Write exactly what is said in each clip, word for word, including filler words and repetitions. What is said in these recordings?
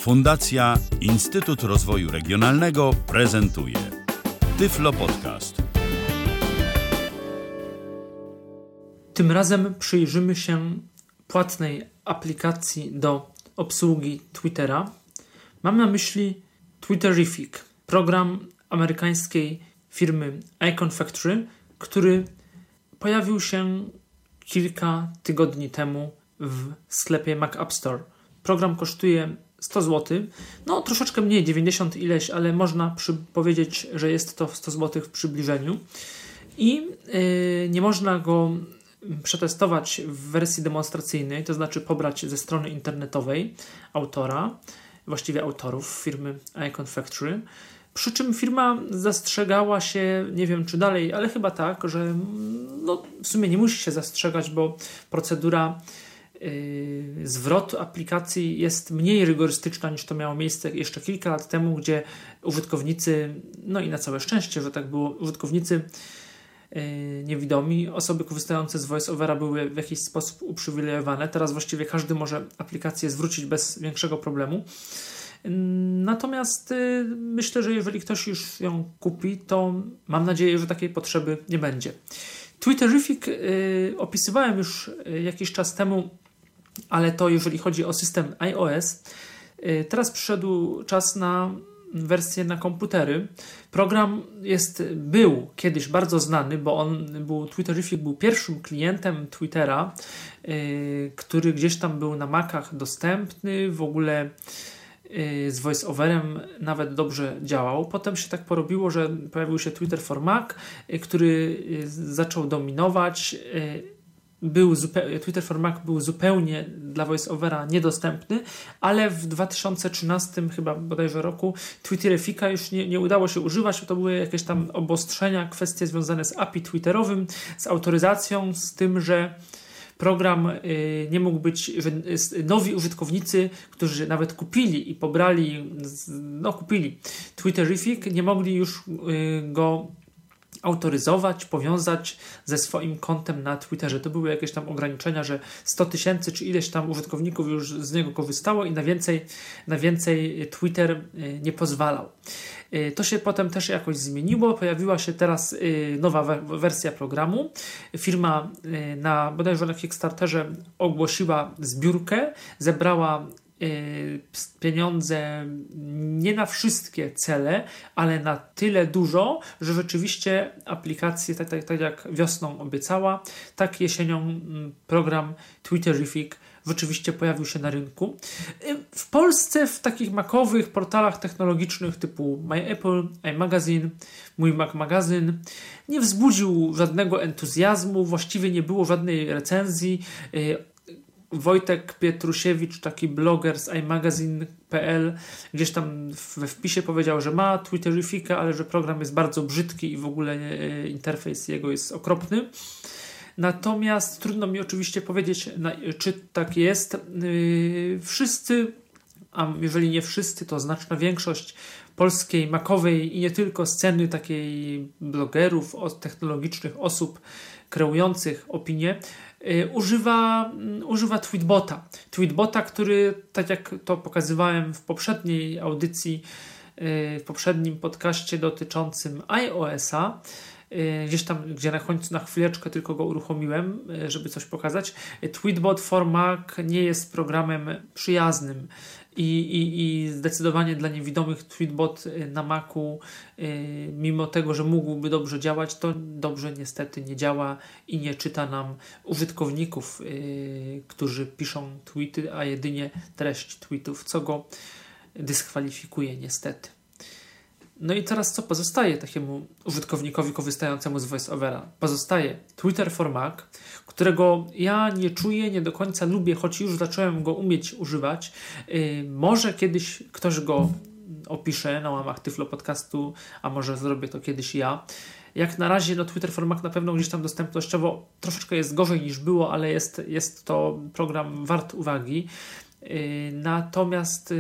Fundacja Instytut Rozwoju Regionalnego prezentuje Tyflo Podcast. Tym razem przyjrzymy się płatnej aplikacji do obsługi Twittera. Mam na myśli Twitterific, program amerykańskiej firmy Icon Factory, który pojawił się kilka tygodni temu w sklepie Mac App Store. Program kosztuje sto złotych, no troszeczkę mniej, dziewięćdziesiąt ileś, ale można przy- powiedzieć, że jest to sto złotych w przybliżeniu. I yy, nie można go przetestować w wersji demonstracyjnej, to znaczy pobrać ze strony internetowej autora, właściwie autorów firmy Icon Factory. Przy czym firma zastrzegała się, nie wiem czy dalej, ale chyba tak, że no, w sumie nie musi się zastrzegać, bo procedura yy, zwrotu aplikacji jest mniej rygorystyczna niż to miało miejsce jeszcze kilka lat temu, gdzie użytkownicy, no i na całe szczęście, że tak było, użytkownicy yy, niewidomi, osoby korzystające z VoiceOvera były w jakiś sposób uprzywilejowane. Teraz właściwie każdy może aplikację zwrócić bez większego problemu. Natomiast y, myślę, że jeżeli ktoś już ją kupi, to mam nadzieję, że takiej potrzeby nie będzie. Twitterific y, opisywałem już y, jakiś czas temu, ale to jeżeli chodzi o system iOS. Y, teraz przyszedł czas na wersję na komputery. Program jest, był kiedyś bardzo znany, bo on był, Twitterific był pierwszym klientem Twittera, y, który gdzieś tam był na Macach dostępny, w ogóle z VoiceOverem nawet dobrze działał. Potem się tak porobiło, że pojawił się Twitter for Mac, który zaczął dominować. Był zupe- Twitter for Mac był zupełnie dla VoiceOvera niedostępny, ale w dwa tysiące trzynastym chyba bodajże roku Twitterifica już nie, nie udało się używać. To były jakieś tam obostrzenia, kwestie związane z A P I Twitterowym, z autoryzacją, z tym, że program y, nie mógł być, że y, nowi użytkownicy, którzy nawet kupili i pobrali, no kupili Twitterific, nie mogli już y, go autoryzować, powiązać ze swoim kontem na Twitterze. To były jakieś tam ograniczenia, że sto tysięcy czy ileś tam użytkowników już z niego korzystało i na więcej, na więcej Twitter y, nie pozwalał. To się potem też jakoś zmieniło. Pojawiła się teraz nowa wersja programu. Firma na bodajże na Kickstarterze ogłosiła zbiórkę, zebrała pieniądze nie na wszystkie cele, ale na tyle dużo, że rzeczywiście aplikacje, tak, tak, tak jak wiosną obiecała, tak jesienią program Twitterific rzeczywiście pojawił się na rynku. W Polsce w takich macowych portalach technologicznych typu MyApple, iMagazine, Mój Mac Magazyn nie wzbudził żadnego entuzjazmu, właściwie nie było żadnej recenzji. Wojtek Pietrusiewicz, taki bloger z iMagazine kropka p l, gdzieś tam we wpisie powiedział, że ma Twitterifica, ale że program jest bardzo brzydki i w ogóle interfejs jego jest okropny. Natomiast trudno mi oczywiście powiedzieć, czy tak jest. Wszyscy, a jeżeli nie wszyscy, to znaczna większość polskiej macowej i nie tylko sceny takiej blogerów, technologicznych osób kreujących opinie, używa, używa Tweetbota. Tweetbota, który, tak jak to pokazywałem w poprzedniej audycji, w poprzednim podcaście dotyczącym iOS-a, gdzieś tam, gdzie na końcu na chwileczkę tylko go uruchomiłem, żeby coś pokazać. Tweetbot for Mac nie jest programem przyjaznym i, i, i zdecydowanie dla niewidomych Tweetbot na Macu, mimo tego, że mógłby dobrze działać, to dobrze niestety nie działa i nie czyta nam użytkowników, którzy piszą tweety, a jedynie treść tweetów, co go dyskwalifikuje niestety. No i teraz co pozostaje takiemu użytkownikowi korzystającemu z VoiceOvera? Pozostaje Twitter for Mac, którego ja nie czuję, nie do końca lubię, choć już zacząłem go umieć używać. Yy, może kiedyś ktoś go opisze na łamach Tyflo Podcastu, a może zrobię to kiedyś ja. Jak na razie no, Twitter for Mac na pewno gdzieś tam dostępnościowo troszeczkę jest gorzej niż było, ale jest, jest to program wart uwagi. Natomiast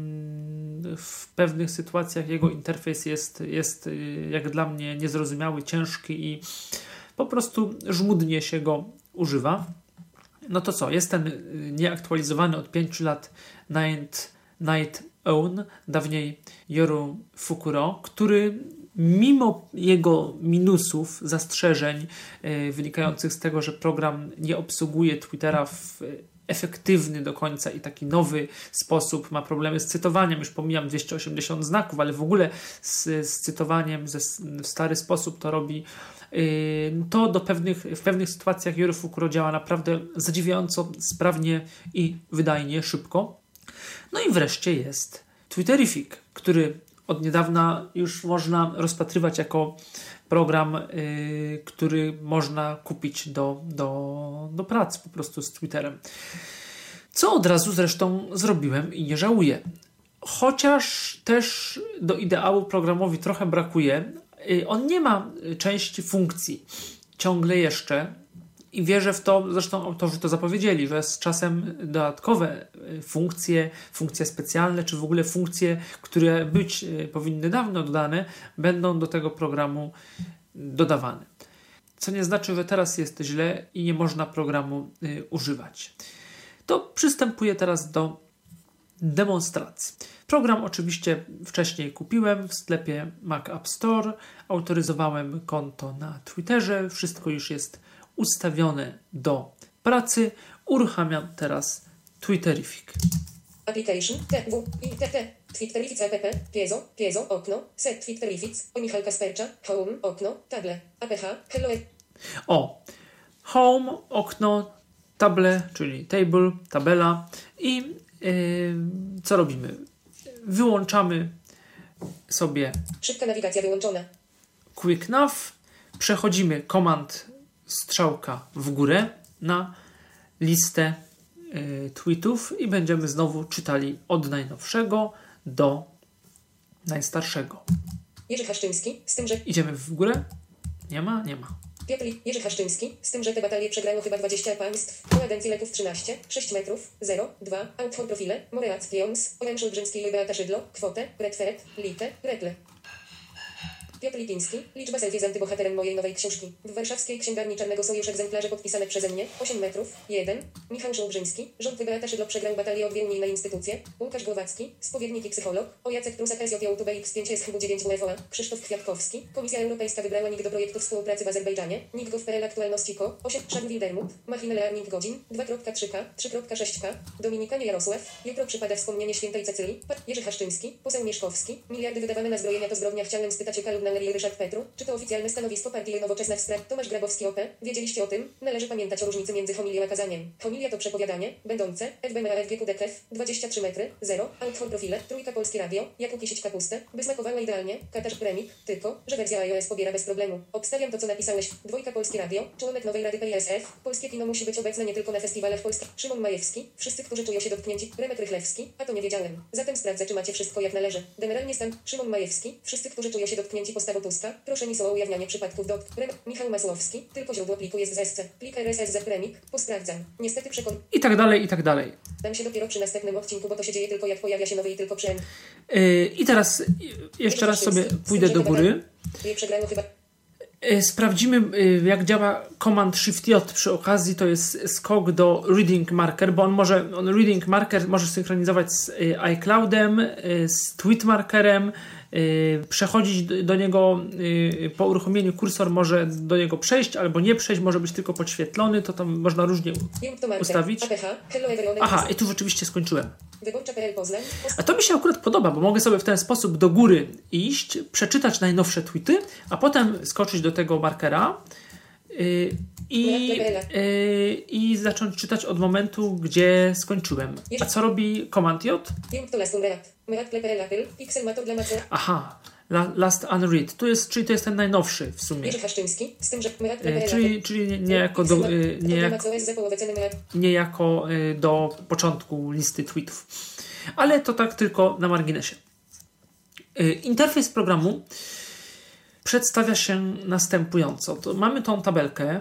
w pewnych sytuacjach jego interfejs jest, jest jak dla mnie niezrozumiały, ciężki i po prostu żmudnie się go używa. No to co, jest ten nieaktualizowany od pięciu lat Night, Night Own, dawniej Yoru Fukuro, który mimo jego minusów, zastrzeżeń yy, wynikających z tego, że program nie obsługuje Twittera w efektywny do końca i taki nowy sposób, ma problemy z cytowaniem, już pomijam dwieście osiemdziesiąt znaków, ale w ogóle z, z cytowaniem ze, w stary sposób to robi, yy, to do pewnych, w pewnych sytuacjach Yoru Fukuro działa naprawdę zadziwiająco sprawnie i wydajnie, szybko. No i wreszcie jest Twitterific, który od niedawna już można rozpatrywać jako program, yy, który można kupić do, do, do pracy po prostu z Twitterem. Co od razu zresztą zrobiłem i nie żałuję. Chociaż też do ideału programowi trochę brakuje, yy, on nie ma części funkcji ciągle jeszcze i wierzę w to, zresztą autorzy to zapowiedzieli, że z czasem dodatkowe funkcje, funkcje specjalne, czy w ogóle funkcje, które być powinny dawno dodane, będą do tego programu dodawane. Co nie znaczy, że teraz jest źle i nie można programu y, używać. To przystępuję teraz do demonstracji. Program oczywiście wcześniej kupiłem w sklepie Mac App Store, autoryzowałem konto na Twitterze, wszystko już jest ustawione do pracy. Uruchamiam teraz Twitterific. Application, T, W, I, T, T, Twitterific, app, piezo, piezo, okno, set, Twitterific, o Michał Kaspercza, home, okno, table, aph, hello. O, home, okno, table, czyli table, tabela i yy, co robimy? Wyłączamy sobie Szybka nawigacja wyłączona. Quick Nav, przechodzimy komand strzałka w górę na listę y, tweetów i będziemy znowu czytali od najnowszego do najstarszego. Jerzy Haszczyński, z tym, że... Idziemy w górę. Nie ma? Nie ma. Piotr Jerzy Haszczyński, z tym, że te batalie przegrało chyba dwadzieścia państw. Poedencji leków trzynaście, sześć metrów, zero, dwa, outfor profile, Moreat, Jones, Orange Olbrzymski, Beata Szydlo, kwotę, Redferet, Lite, Retle. Piotr Lipiński, liczba selfie z antybohaterem mojej nowej książki. W warszawskiej księgarni Czarnego są już egzemplarze podpisane przeze mnie. osiem metrów, jeden. Michał Żołbrzyński, rząd Beata Szydlo przegrał batalię o dwie unijne instytucje. Łukasz Głowacki, spowiednik i psycholog. O Jacek Prusak S J YouTube X pięć S H dziewięć W F O A. Krzysztof Kwiatkowski, Komisja Europejska wybrała NIK do projektu współpracy w Azerbejdżanie. NIK gov.pl aktualności ko. osiem. Szarn Wildermut, Machine Learning godzin. dwa kropka trzy K, trzy kropka sześć K. Dominikanie Jarosław, jutro przypada wspomnienie świętej Cecylii. Jerzy Haszczyński, poseł Mieszkowski. Miliardy wydawane na zbrojenia to zbrodnia. Chciałem spytać Eka lub Nalerii Ryszard Petru, czy to oficjalne stanowisko partii Nowoczesna w sprawie. Tomasz Grabowski O P. Wiedzieliście o tym? Należy pamiętać o różnicy między homilią a kazaniem. Homilia to przepowiadanie, będące, F B M A F G Q D K F, dwadzieścia trzy metry, zero, outfor profile, trójka Polskie Radio, Jakub Kisić kapustę, by smakowała idealnie, Katarz Premik, tylko, że wersja iOS pobiera bez problemu. Obstawiam to, co napisałeś. Dwójka Polskie Radio, członek nowej Rady P I S F, polskie kino musi być obecne nie tylko na festiwalach polskich. Szymon Majewski, wszyscy, którzy czują się dotknięci. Remek Rychlewski, a to nie wiedziałem. Zatem sprawdzę, czy macie wszystko jak należy. Generalnie stan, Szymon Majewski, wszyscy, którzy czują się dotknięci postawą Tuska, proszę mi o ujawnianie przypadków dot. Rem, Michał Masłowski, tylko źródło pliku jest z S C. Plik R S S Z Premik, posprawdzam. Niestety przekon... I tak dalej, i tak dalej. Dam się dopiero przy następnym odcinku, bo to się dzieje tylko jak pojawia się nowy i tylko przem. Yy, I teraz jeszcze raz sobie pójdę do góry. Przegrano chyba... Sprawdzimy, jak działa Command Shift J przy okazji. To jest skok do Reading Marker, bo on może, on Reading Marker może synchronizować z iCloudem, z Tweet Markerem, przechodzić do niego po uruchomieniu. Kursor może do niego przejść albo nie przejść, może być tylko podświetlony, to tam można różnie ustawić. Aha, i tu rzeczywiście skończyłem. A to mi się akurat podoba, bo mogę sobie w ten sposób do góry iść, przeczytać najnowsze tweety, a potem skoczyć do tego markera yy, i, yy, i zacząć czytać od momentu, gdzie skończyłem. A co robi Command J? Aha, Last Unread. Tu jest, czyli to jest ten najnowszy w sumie. Yy, czyli czyli niejako do, yy, niejako, niejako yy, do początku listy tweetów. Ale to tak tylko na marginesie. Yy, interfejs programu przedstawia się następująco. To mamy tą tabelkę.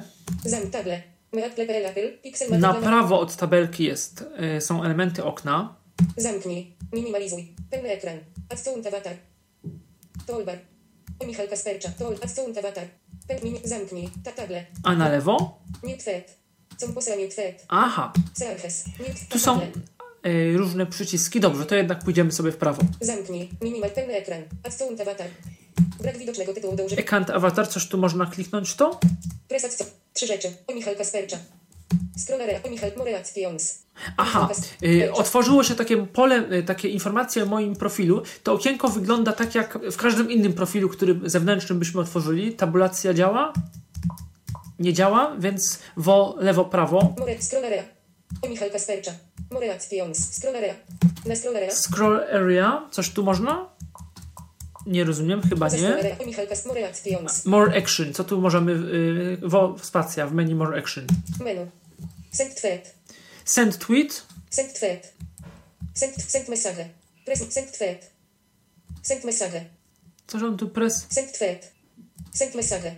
Na prawo od tabelki jest, yy, są elementy okna. Zamknij. Minimalizuj. Pełny ekran. Adstount avatar. Toolbar. Michał Kaspercza. Tool. Adstount avatar. Pełny. Zamknij. Ta table. A na lewo? New thread. Są posa new thread. Aha. Serches. Tu są y, różne przyciski. Dobrze, to jednak pójdziemy sobie w prawo. Zamknij. Minimal pełny ekran. Account avatar. Brak widocznego tytułu do używania. Ekran avatar, coś tu można kliknąć w to? Presat co? Trzy rzeczy. O Michal Kaspercza. Scrollera. O Michal Moreactions. Aha, y, otworzyło się takie pole, y, takie informacje o moim profilu. To okienko wygląda tak jak w każdym innym profilu, który zewnętrznym byśmy otworzyli. Tabulacja działa? Nie działa, więc wo, lewo, prawo. More. Scrollera. O Michal Kaspercza. Moreactions. Scrollera. Na scrollera. Scroll area, coś tu można? Nie rozumiem, chyba nie. Scrollera. O Michal Kas Moreactions. More action, co tu możemy, y, wo, spacja w menu more action. Menu. Send tweet. Send tweet. Send tweet. Send, send message. Press send tweet. Send message. Coś on tu press? Send tweet. Send message.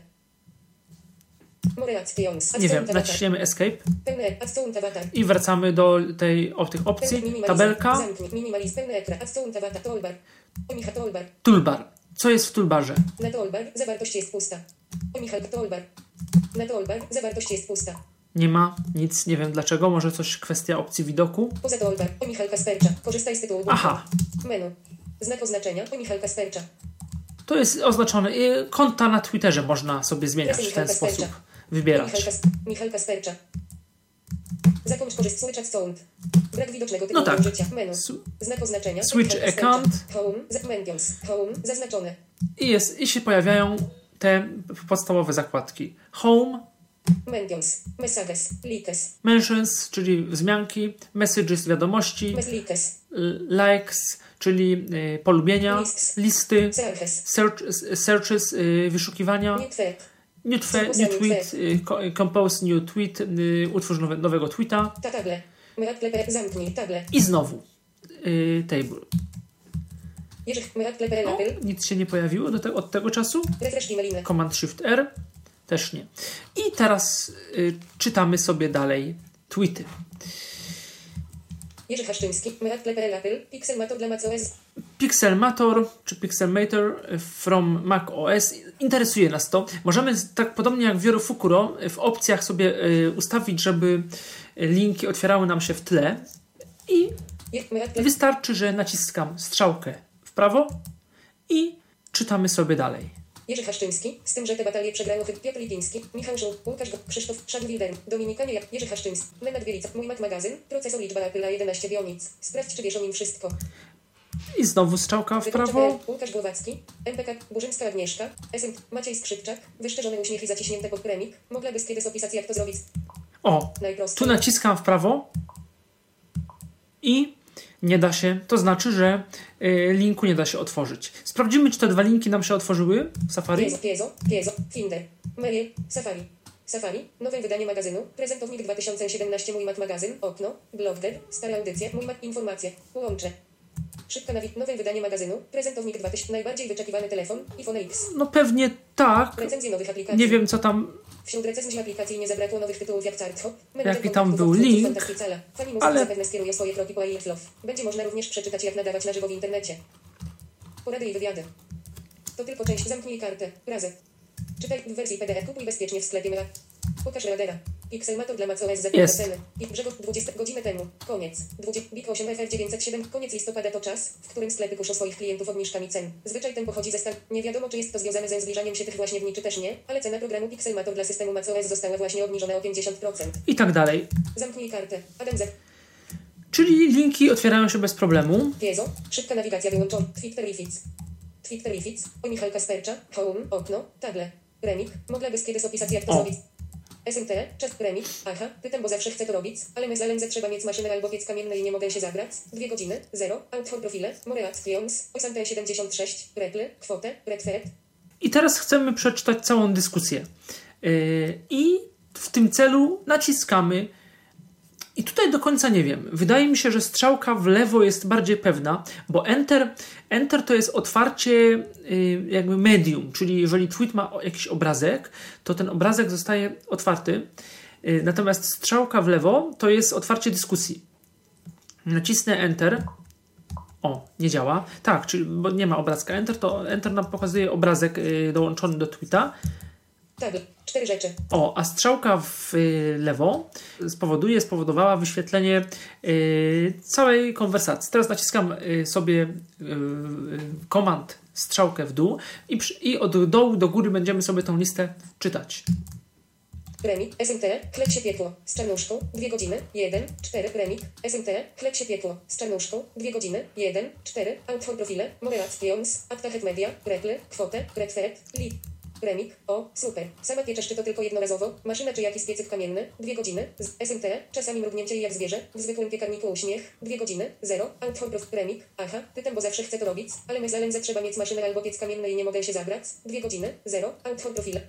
Moreactions. Nie wiem, naciśniemy escape Pełny account avatar. i wracamy do tej, o tych opcji. Tabelka. Zamknij. Minimalizm. Pełny ekran. Account avatar. Toolbar. O Michal Toolbar. Toolbar. Co jest w toolbarze? Na toolbar zawartość jest pusta. O Michal Toolbar. Na toolbar zawartość jest pusta. Nie ma nic, nie wiem dlaczego. Może coś kwestia opcji widoku. Poza toolbar. O Michal Kaspercza. Korzystaj z tytułu. Aha. Menu. Znak oznaczenia. O Michal Kaspercza. To jest oznaczone. I konta na Twitterze można sobie zmieniać w ten sposób. Wybierać. Michal, Kas- Michal Kaspercza. Zakończ korzystać. Switch account. Brak widocznego tytułu No tak. użycia. Menu. Su- Znak oznaczenia. Switch Michal Kaspercza. account. Home. Z- Mentions. Home. Zaznaczone. I, jest, I się pojawiają te podstawowe zakładki. Home, Mentions. Messages. Likes. mentions, czyli wzmianki, messages, wiadomości, Mes likes. likes, czyli y, polubienia, Lists. listy, Searches. search, searches, y, wyszukiwania, New tweet. new, twe, new tweet, y, co- compose new tweet, y, utwórz nowe, nowego tweeta Ta table. Merak Zamknij table. i znowu y, table. Jerzy Merak Leper O, Apple. nic się nie pojawiło do te, od tego czasu. Refresh email. Command Shift R też nie. I teraz y, czytamy sobie dalej tweety. Jerzy Haszczyński. Merak Leper Apple. Pixelmator dla macOS. Pixelmator czy Pixelmator from macOS. Interesuje nas to. Możemy z- tak podobnie jak w Vero Fukuro w opcjach sobie y, ustawić, żeby linki otwierały nam się w tle i Je- Merak Leper. wystarczy, że naciskam strzałkę w prawo i czytamy sobie dalej. Jerzy Haszczyński. Z tym, że te batalie przegrało chyba Piotr Lipiński. Michał Żół. Łukasz Go- Krzysztof Szadwilder. Dominikanie jak Jerzy Haszczyński. Leonard Wielica. Mój Mac magazyn. Procesor liczba Apple A jedenaście Bionic. Sprawdź, czy wiesz o nim wszystko. I znowu strzałka w Wykończę prawo. P L. Łukasz Głowacki. M P K. Burzyńska Agnieszka. S M. Maciej Skrzypczak. Wyszczerzony uśmiech i zaciśnięte pod premik. Mogłabyś kiedyś opisać, jak to zrobić? O, Najprościej. tu naciskam w prawo i nie da się, to znaczy, że y, linku nie da się otworzyć. Sprawdzimy, czy te dwa linki nam się otworzyły w Safari. Piezo, Piezo, Piezo, Finder, Mail, Safari. Safari, nowe wydanie magazynu, prezentownik dwa tysiące siedemnaście Mój Mac magazyn, okno, blogger, stare audycje, Mój Mac informacje, łącze. Szybka nawig, nowe wydanie magazynu, prezentownik dwa tysiące, najbardziej wyczekiwany telefon, iPhone X. No pewnie tak. Recenzje nowych aplikacji. Nie wiem, co tam, Wśród recenzji aplikacji nie zabrakło nowych tytułów jak Charthop, Jaki tam był link, Fani muzyki ale- zapewne skieruje swoje kroki po I Love. Będzie można również przeczytać, jak nadawać na żywo w internecie. Porady i wywiady. To tylko część. Zamknij kartę. Razem. Czytaj w wersji P D F. Kupuj bezpiecznie w sklepie Mela. Pokaż radera. Pixelmator dla macOS za Jest. ceny. I Brzegów dwadzieścia godzinę temu. Koniec. dwadzieścia Big osiem F R dziewięćset siedem. Koniec listopada to czas, w którym sklepy kuszą swoich klientów obniżkami cen. Zwyczaj ten pochodzi ze Stan. Nie wiadomo, czy jest to związane ze zbliżaniem się tych właśnie dni, czy też nie, ale cena programu Pixelmator dla systemu macOS została właśnie obniżona o pięćdziesiąt procent. i tak dalej. Zamknij kartę. Adam Z. Czyli linki otwierają się bez problemu. Piezo. Szybka nawigacja wyłączona. Twitter Refits. Twitter Refits. O Michal Kaspercza. Home. Okno. Table. Remik. Mogłabyś kiedyś opisać, jak to O. zrobić? S M T. Czas Remik. Aha. Pytam, bo zawsze chcę to robić, ale my za lędze trzeba mieć maszynę albo piec kamienny i nie mogę się zagrać. Dwie godziny. Zero. Out for profile. Moreactions. S M T siedemdziesiąt sześć. Reple. Kwotę. Redfert. I teraz chcemy przeczytać całą dyskusję. Yy, I w tym celu naciskamy. I tutaj do końca nie wiem. Wydaje mi się, że strzałka w lewo jest bardziej pewna, bo Enter, enter to jest otwarcie yy, jakby medium, czyli jeżeli tweet ma o- jakiś obrazek, to ten obrazek zostaje otwarty. Yy, natomiast strzałka w lewo to jest otwarcie dyskusji. Nacisnę Enter. O, nie działa. Tak, czyli bo nie ma obrazka Enter, to Enter nam pokazuje obrazek yy, dołączony do tweeta. Tab. Cztery rzeczy. O, a strzałka w y, lewo spowoduje, spowodowała wyświetlenie y, całej konwersacji. Teraz naciskam y, sobie y, y, komand strzałkę w dół i, przy, i od dołu do góry będziemy sobie tą listę czytać. Premik, S M T, chleb się piekło, z czarnuszką, dwie godziny, jeden, cztery, premik, S M T, chleb się piekło, z czarnuszką, dwie godziny, jeden, cztery, autor profile, moderactions, Aptachet Media, Reple, kwotę, Redfert, Li. Premik, o, super, sama pieczesz czy to tylko jednorazowo, maszyna czy jakiś piecyk kamienny, dwie godziny, z S M T, czasami mrugnięcie i jak zwierzę, w zwykłym piekarniku uśmiech, dwie godziny, zero, autor prof, premik, aha, pytam bo zawsze chcę to robić, ale my za trzeba mieć maszynę albo piec kamienny i nie mogę się zabrać, dwie godziny, zero, autor profile.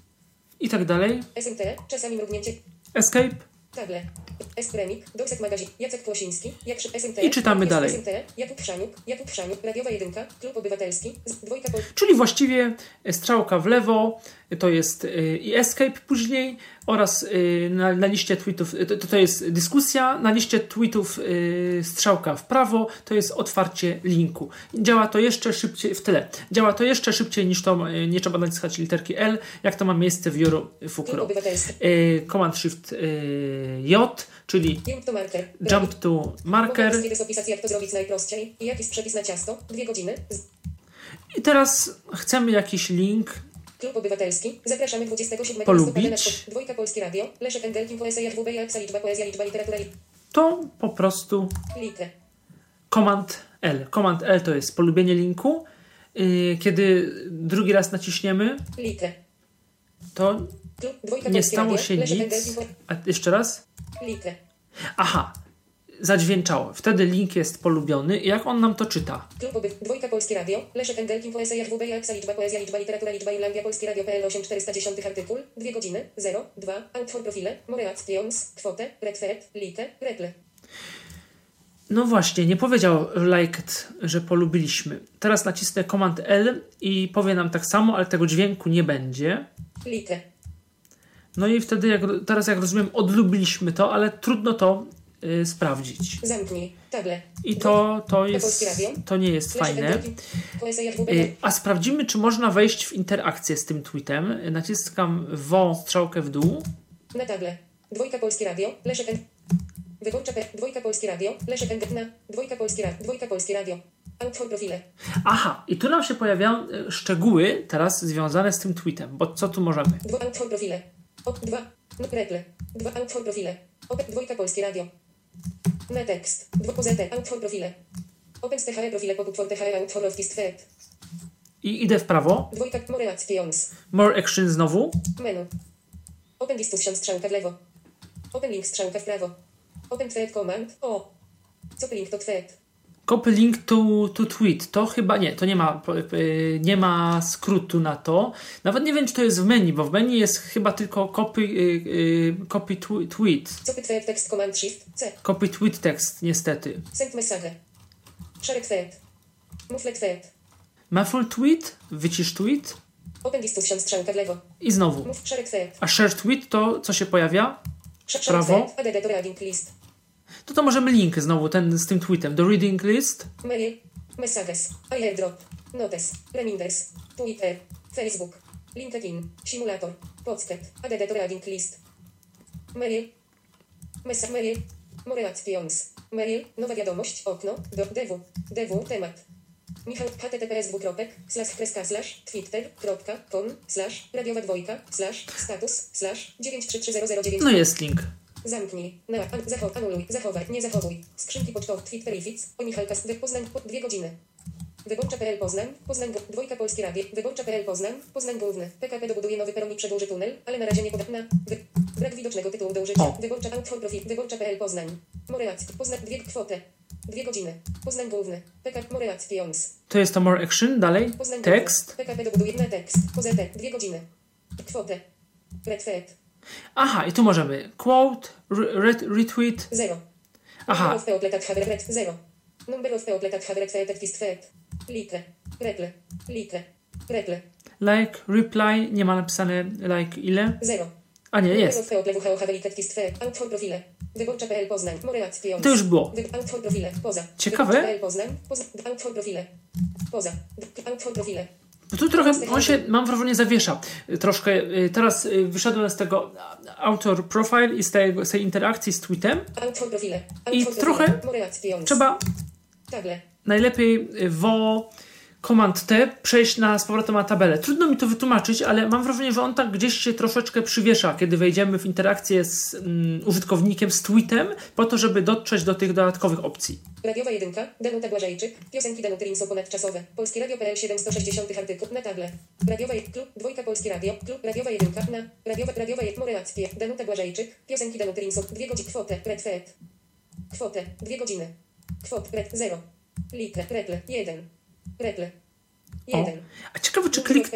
I tak dalej. S M T, czasami mrugnięcie. Escape. Table. S Premik, Dorset Magazin, Jacek Płosiński, jak S M T. I czytamy dalej. S M T, Jakub Chrzaniuk, Jakub Chrzaniuk, Radiowa Jedynka, Klub Obywatelski, z- dwójka Pol... Czyli właściwie strzałka w lewo to jest y, i escape później oraz y, na, na liście tweetów, y, to, to jest dyskusja, na liście tweetów y, strzałka w prawo to jest otwarcie linku. Działa to jeszcze szybciej, w tyle, działa to jeszcze szybciej niż to, y, nie trzeba naciskać literki L, jak to ma miejsce w Joro Klub Fukuro. Obywatelski. Y, Command Shift y, J, czyli Jump to marker. jump to marker. Mogę jest opisać jak to zrobić najprościej i jakiś przepis na ciasto, dwie godziny. Z... I teraz chcemy jakiś link Klub Obywatelski, zapraszamy dwudziestego siódmego Polubić. listopada na spo- dwójka Polskie Radio, Leszek Engelkin, Poezja, W B, Jaksa, liczba, poezja, liczba, literatura, li... to po prostu Litre. Command L. Command L to jest polubienie linku. Yy, kiedy drugi raz naciśniemy, Litre. to Klub, dwójka nie Polskie stało Radio, się Leszek nic. Engelkin, po... A jeszcze raz? Litre. Aha, zadźwięczało. Wtedy link jest polubiony. I jak on nam to czyta? Klub Oby, dwójka Polskie Radio, Leszek Engelkin, Poezja, W B, Jaksa, liczba, poezja, liczba, literatura, liczba, Irlandia, Polskie Radio, P L osiem czterysta dziesięć artykuł, dwie godziny, zero, dwa, autor profile, moderactions, kwotę, redfert, lite, reple. No właśnie, nie powiedział liked, że polubiliśmy. Teraz nacisnę Command L i powie nam tak samo, ale tego dźwięku nie będzie. Litre. No i wtedy, jak, teraz jak rozumiem, odlubiliśmy to, ale trudno to y, sprawdzić. Zamknij, table. I to, to, jest, Polskie Radio. to nie jest Leszek fajne. Engelkin, Poezja, W B, Y, A sprawdzimy, czy można wejść w interakcję z tym tweetem. Y, Naciskam W, strzałkę w dół. na table. Dwójka Polskie Radio, Leszek En... Wyborcza P... Dwójka Polskie Radio, Leszek Engelkin, na... Dwójka Polskie Radio, Dwójka Polskie Radio. Autor profile. Aha, i tu nam się pojawiają y, szczegóły teraz związane z tym tweetem, bo co tu możemy? Dwa autor profile. O, dwa. No, reple. Dwa autor profile. Open, dwójka Polskie Radio. Na tekst. Dwa poza te. Autor profile. Open z T H E profile poput for T H E autor of this thread. I idę w prawo. Dwójka moderactions. More action znowu. Menu. Open discussion strzałka w lewo. Open link strzałka w prawo. Open thread command. O. Co link to thread? Copy link to, to tweet. To chyba nie, to nie ma, y, nie ma skrótu na to. Nawet nie wiem, czy to jest w menu, bo w menu jest chyba tylko copy, y, y, copy tw- tweet. Co thread text command shift C. Copy tweet text, niestety. Send message. Share thread. Move thread. Muffle tweet, wycisz tweet Open discussion strzałka w lewo. i znowu. Move share thread. A share tweet to co się pojawia? Share Prawo. thread. Add to reading list. To to możemy link znowu, ten z tym tweetem. Do reading list. Mail. Messages. Airdrop. Notes. Reminders. Twitter. Facebook. LinkedIn. Simulator. Podstet. Add to reading list. Mail. Messa mail. Moderactions. Mail. Nowa wiadomość. Okno. Do dw. Dw. Temat. Michał. https dwukropek. Slash kreska slash. Twitter. Kropka. Com. Slash. Radiowa dwójka. Slash. Status. Slash. dziewięć trzy trzy zero zero dziewięć. No jest link. Zamknij. Na. An, zachow, anuluj. Zachowaj. Nie zachowuj. Skrzynki pocztowe. Twitterific. O Michalka. Wy, Poznań. Po, dwie godziny. Wyborcza kropka p l Poznań. Poznań. Dwójka Polskie Radio. Wyborcza kropka p l Poznań. Poznań Główny. P K P dobuduje nowy peron i przedłuży tunel, ale na razie nie poda. Na. Wy, brak widocznego tytułu do użycia. O. Wyborcza autor profil. Wyborcza kropka p l Poznań. Moreac. Poznań. Dwie kwotę. Dwie godziny. Poznań Główny. P K P Moreactions. To jest to more action. Dalej. Poznań Tekst. Główny. P K P dobuduje na tekst. Poza te. Dwie godziny. Kwotę. Redfert. Aha, i tu możemy quote, re- retweet. Zero. Aha. Number of peopletat have red. Zero. Number of peopletat have red thread is thread. Litre. Reple. Litre. Reple. Like, reply. Nie ma napisane like ile. Zero. A nie, Number jest. of peoplewu have red is thread. Autor profile. Wyborcza kropka p l Poznań. Moreactions. To już było. Wy- Autor profile. Poza. Ciekawe. Wyborcza kropka p l Poznań. Poza. Autor profile. Poza. Autor profile. No tu trochę, on się, mam wrażenie, zawiesza troszkę. Teraz wyszedłem z tego author profile i z tej, z tej interakcji z tweetem. Author profile. I Author trochę profile. trzeba Table. najlepiej wo Command T przejść na, z powrotem na tabelę. Trudno mi to wytłumaczyć, ale mam wrażenie, że on tak gdzieś się troszeczkę przywiesza, kiedy wejdziemy w interakcję z mm, użytkownikiem, z tweetem, po to, żeby dotrzeć do tych dodatkowych opcji. Radiowa jedynka, Danuta Błażejczyk, piosenki Danuty Rinso ponadczasowe. Polskie Radio P L siedemset sześćdziesiąt artykuł na table. Radiowa jedynka, klub, dwójka Polskie Radio, klub, radiowa jedynka, na, radiowa, radiowa jedynka, relacje, Danuta Błażejczyk, piosenki Danuty Rinso, dwie godziny, kwotę, red fet. Kwotę, dwie godziny. Kwot, red, zero. Litre, reple, jeden. Reple, jeden. A ciekawe, czy klik...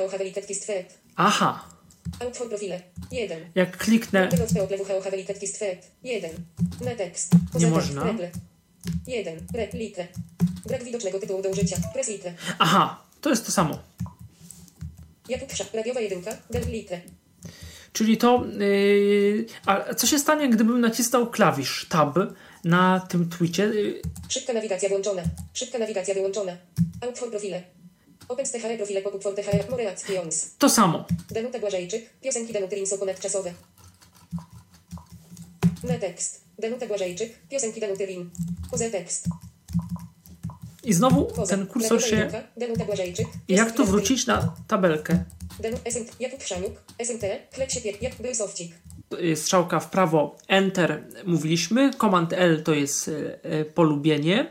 Aha. Autor profile, jeden. Jak kliknę... jeden. Na tekst. Nie można. Reple, jeden. Re, litre. Brak widocznego tytułu do użycia. Press litre. Aha, to jest to samo. Jakub Wszak, radiowa jedynka, del litre. Czyli to... Yy, a co się stanie, gdybym nacisnął klawisz Tab na tym tweetie? Yy. Szybka nawigacja włączona. Szybka nawigacja wyłączona. Autor profile. Open T H R profile pop-up for T H R. More actions. To samo. Danuta Błażejczyk. Piosenki Danuty Rinso ponadczasowe. Na tekst. Danuta Błażejczyk. Piosenki Danuty Rin. Poza tekst. I znowu Poza. ten kursor się... Jedynka, Danuta Błażejczyk. Jak tu wrócić na tabelkę? Danu, S M T, Jakub Wszaniuk. S M T. Chleb się pie... Jak był sowcik. Strzałka w prawo, Enter mówiliśmy. Command L to jest e, polubienie.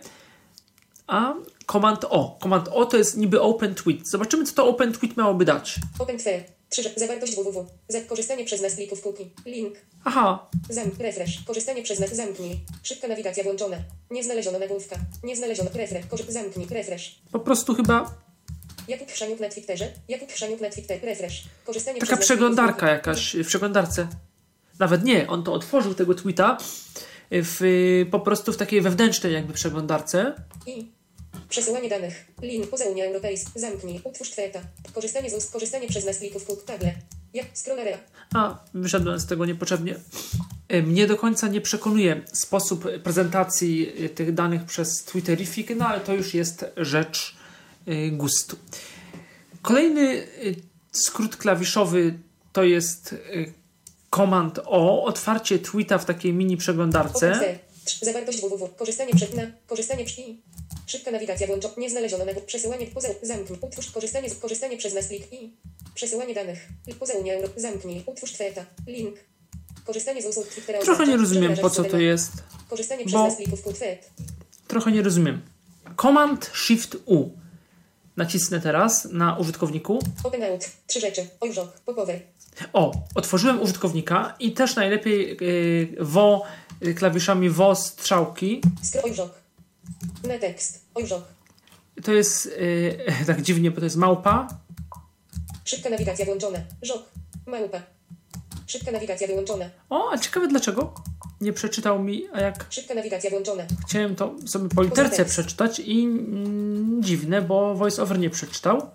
A Command O. Command O to jest niby Open Tweet. Zobaczymy, co to Open Tweet miałoby dać. Open Tweet. Zawartość www. Za korzystanie przez nas plików cookie. Link. Aha. Zam, refresh. Korzystanie przez nas. Zamknij. Szybka nawigacja włączona. Nie znaleziono nagłówka. Nie znaleziono. Refresh. Korzy- zamknij. Refresh. Po prostu chyba... Jakub Wszaniuk na Twitterze. Jakub Wszaniuk na Twitterze. Refresh. Korzystanie Taka przez przeglądarka jakaś w przeglądarce. Nawet nie. On to otworzył tego tweeta w, po prostu w takiej wewnętrznej jakby przeglądarce. I przesyłanie danych. Link poza Unia Europejska. Zamknij. Utwórz tweeta. Korzystanie z korzystanie przez nas plików cookie. Table. Jak scrollera. A, wyszedłem z tego niepotrzebnie. Mnie do końca nie przekonuje sposób prezentacji tych danych przez Twitterific, no ale to już jest rzecz gustu. Kolejny skrót klawiszowy to jest Command O, otwarcie tweeta w takiej mini przeglądarce. Zawartość www. Korzystanie przed na. Korzystanie przy i. Szybka nawigacja włączona. Nie znaleziono nagłówka. Przesyłanie poza. Zamknij. Utwórz korzystanie z korzystanie przez nas plik i. Przesyłanie danych. Poza Unia Euro. Zamknij. Utwórz tweeta. Link. Korzystanie z usług Twittera. Trochę nie rozumiem, po co to jest. Korzystanie przez Bo nas plików tweet. Trochę nie rozumiem. Command Shift U. Nacisnę teraz na użytkowniku. Open out. Trzy rzeczy. Ojżok. Popover. O, otworzyłem użytkownika i też najlepiej yy, wo yy, klawiszami wo strzałki. Ojżok. Na tekst. Ojżok. To jest yy, tak dziwnie, bo to jest małpa. Szybka nawigacja włączona. Żok. Małpa. Szybka nawigacja wyłączona. O, a ciekawe dlaczego nie przeczytał mi, a jak... Szybka nawigacja włączona. Chciałem to sobie po literce przeczytać i mm, dziwne, bo VoiceOver nie przeczytał.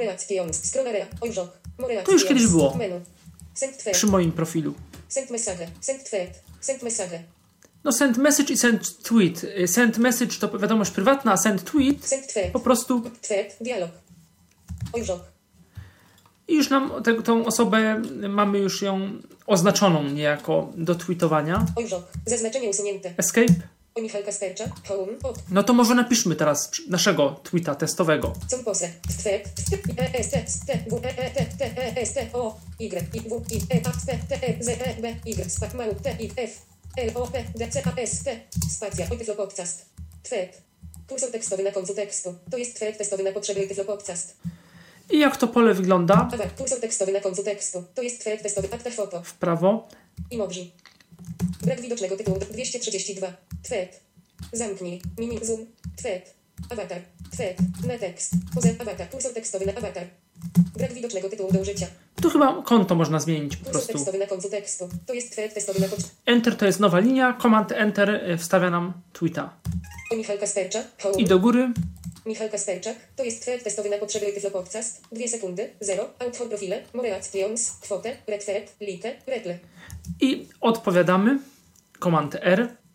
To już kiedyś było. Przy moim profilu. Send message. Send tweet. Send message. No send message i send tweet. Send message to wiadomość prywatna, a send tweet, send tweet. Po prostu... Tweet. Dialog. Ojżok. I już nam tę tą osobę mamy już ją oznaczoną niejako do tweetowania. Ojżok. Zaznaczenie usunięte. Escape. O Michał Kaspercza. Home. Od. No to może napiszmy teraz naszego tweeta testowego. Co pose. Tweet. E S T T W E E T T E S T O Y I W I E A T T E Z E B Y spak mał T I F L O P D C A S T spacja Tyflo Podcast. Tweet. Kursor tekstowy na końcu tekstu. To jest tweet testowy na potrzeby Tyflo Podcast. I jak to pole wygląda? Awak, kursor tekstowy na końcu tekstu. To jest tweet testowy. Akta foto. W prawo. Emoji. Brak widocznego tytułu. dwieście trzydzieści dwa. Tweet. Zamknij. Mini zoom. Tweet. Awatar. Tweet. Na tekst. Poza awatar. Kursor tekstowy na awatar. Brak widocznego tytułu do użycia. Tu chyba konto można zmienić po Kursor prostu. tekstowy na końcu tekstu. To jest tweet testowy na poczcie. Enter to jest nowa linia. Command Enter wstawia nam tweeta. O Michał Kaspercza. Home. I do góry. Michał Kasperczak. To jest tweet testowy na potrzeby Tyflo Podcast. Dwie sekundy. Zero. Autor profile. More actions. Kwotę. Red fet. Lite. Reple. I odpowiadamy. Command R.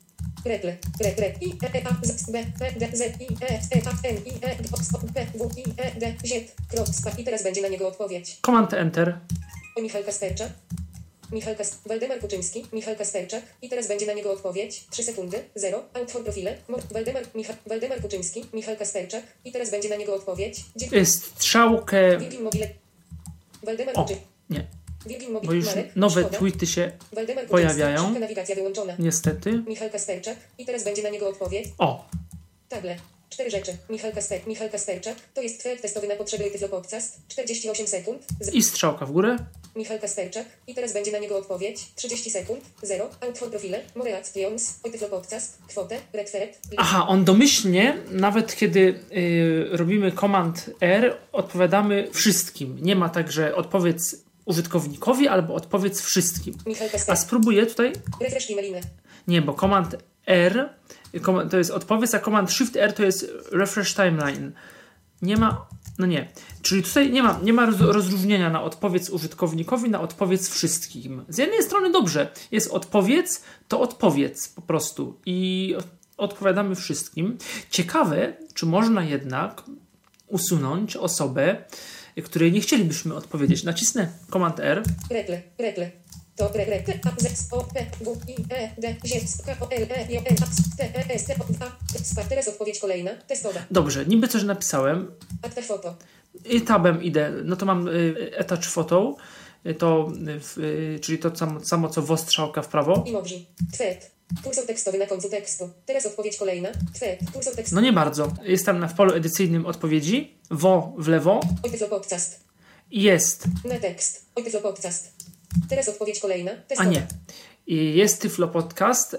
Rekle, re, re, i, e, e, a, z, b, p, d, z, i, e, e, a, n, i, e, g, o, s, o, p, w, i, e, d, z, krok, spa. I teraz będzie na niego odpowiedź. Command Enter. O Michał Kasperczak. Michał Kas... Waldemar Kuczyński. Michał Kasperczak. I teraz będzie na niego odpowiedź. trzy sekundy. zero. Outfor profile. Mor... Waldemar... Micha... Waldemar Kuczyński. Michał Kasperczak. I teraz będzie na niego odpowiedź. Dzie... Strzałkę... Virgin Mobile. Waldemar O, Kuczyński. nie. Virgin Mobile. Bo już Marek, nowe Szkoda. tweety się Waldemar pojawiają. Kuczyński. Nawigacja wyłączona. Niestety. Michał Kasperczak. I teraz będzie na niego odpowiedź. O, Table. Cztery rzeczy. Michał, Kasper, Michał Kasperczak. To jest twerk testowy na potrzeby Tyflo Podcast. czterdzieści osiem sekund. Z... i strzałka w górę. Michał Kasperczak. I teraz będzie na niego odpowiedź. trzydzieści sekund. zero. Outfor profile. Moreat. Lions. Tyflo Podcast. Kwotę. Redfert. Aha, on domyślnie, nawet kiedy y, robimy Command R, odpowiadamy wszystkim. Nie ma tak, że odpowiedz użytkownikowi albo odpowiedz wszystkim. Michał A Kasperczak. spróbuję tutaj... Refresh emailiny. Nie, bo Command R kom- to jest odpowiedź, a Command Shift R to jest refresh timeline. Nie ma... No nie. Czyli tutaj nie ma, nie ma roz- rozróżnienia na odpowiedz użytkownikowi, na odpowiedz wszystkim. Z jednej strony dobrze. Jest odpowiedz, to odpowiedz po prostu. I odpowiadamy wszystkim. Ciekawe, czy można jednak usunąć osobę, której nie chcielibyśmy odpowiedzieć. Nacisnę Command R. Rekle. Rekle. To re, re, t, a, z, o, p, w, i, e, d, z, k, o, l, e, j, n, a, s, t, e, s, t, o, a, spa. Teraz odpowiedź kolejna. Testowa. Dobrze, niby coś napisałem. Akta foto. I tabem idę. No to mam y, attach photo. Y, to, y, y, czyli to samo, samo co wostrzałka w prawo. Emoji. Twet. Kursor tekstowy na końcu tekstu. Teraz odpowiedź kolejna. Twet. Kursor tekstowy. No nie bardzo. Jestem na w polu edycyjnym odpowiedzi. Wo w lewo. Oj, Tyflo Podcast. I jest. Na tekst. Oj, Tyflo Podcast. Teraz odpowiedź kolejna. A Testowa. nie. I jest Tyflo Podcast.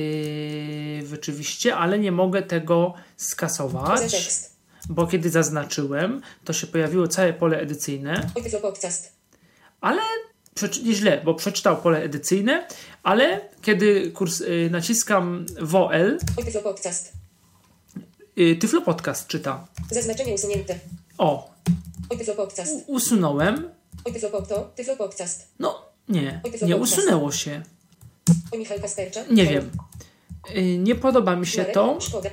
Yy, rzeczywiście, ale nie mogę tego Za skasować. tekst. Bo kiedy zaznaczyłem, to się pojawiło całe pole edycyjne. Oj, Tyflo Podcast. Ale przeczy- nie źle, bo przeczytał pole edycyjne, ale kiedy kurs y, naciskam W O L, Oj, Tyflo Podcast. y, Tyflo Podcast czyta. Zaznaczenie usunięte. O, Oj, Tyflo Podcast. u- usunąłem. Oj, Tyflo Podcast. Tyflo Podcast. No, nie, Oj, Tyflo nie Podcast. usunęło się. Oj, Michał Kasperczak. Nie wiem. Y, Nie podoba mi się Marek, to, Szkoda.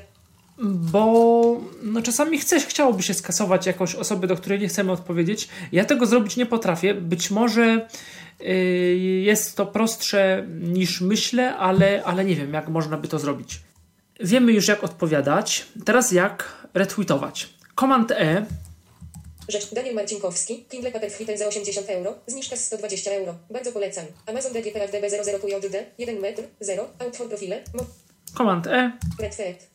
bo no, czasami chce, chciałoby się skasować jakąś osobę, do której nie chcemy odpowiedzieć. Ja tego zrobić nie potrafię. Być może y, jest to prostsze niż myślę, ale, ale nie wiem, jak można by to zrobić. Wiemy już, jak odpowiadać. Teraz jak retweetować. Command E. Rzecz. Daniel Marcinkowski. Kindle Paperwhite za osiemdziesiąt euro. Zniżka z sto dwadzieścia euro. Bardzo polecam. Amazon D G P F D B zero zero Q J D. jeden metr. zero. Outfor profile. Mo- Command E. Redfert.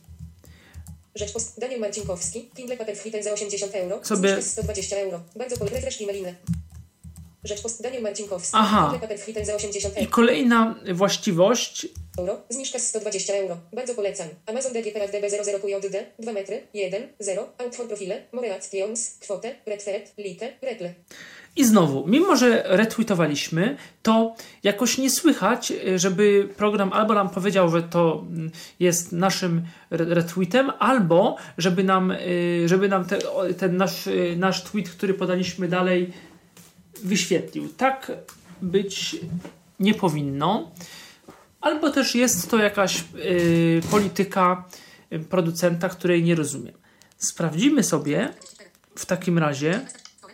Rzecz. Post- Daniel Marcinkowski. Kindle Paperwhite za osiemdziesiąt euro. Sobie- Zniżka z sto dwadzieścia euro. Bardzo polecam. Refresh emailiny. Rzecz. Post- Daniel Marcinkowski. Aha. Kindle Paperwhite za osiemdziesiąt I euro. kolejna właściwość. euro. Zniżka z sto dwadzieścia euro. Bardzo polecam. Amazon D G P F D B zero zero Q J D. dwa metry. jeden. zero. Outfor profile. Moreat. Lions. Kwotę. Redfert. Lite. Rekle. I znowu, mimo że retweetowaliśmy, to jakoś nie słychać, żeby program albo nam powiedział, że to mm, jest naszym re- retweetem, albo żeby nam, y, żeby nam te, o, ten nasz, y, nasz tweet, który podaliśmy dalej, wyświetlił. Tak być nie powinno. Albo też jest to jakaś y, polityka y, producenta, której nie rozumiem. Sprawdzimy sobie w takim razie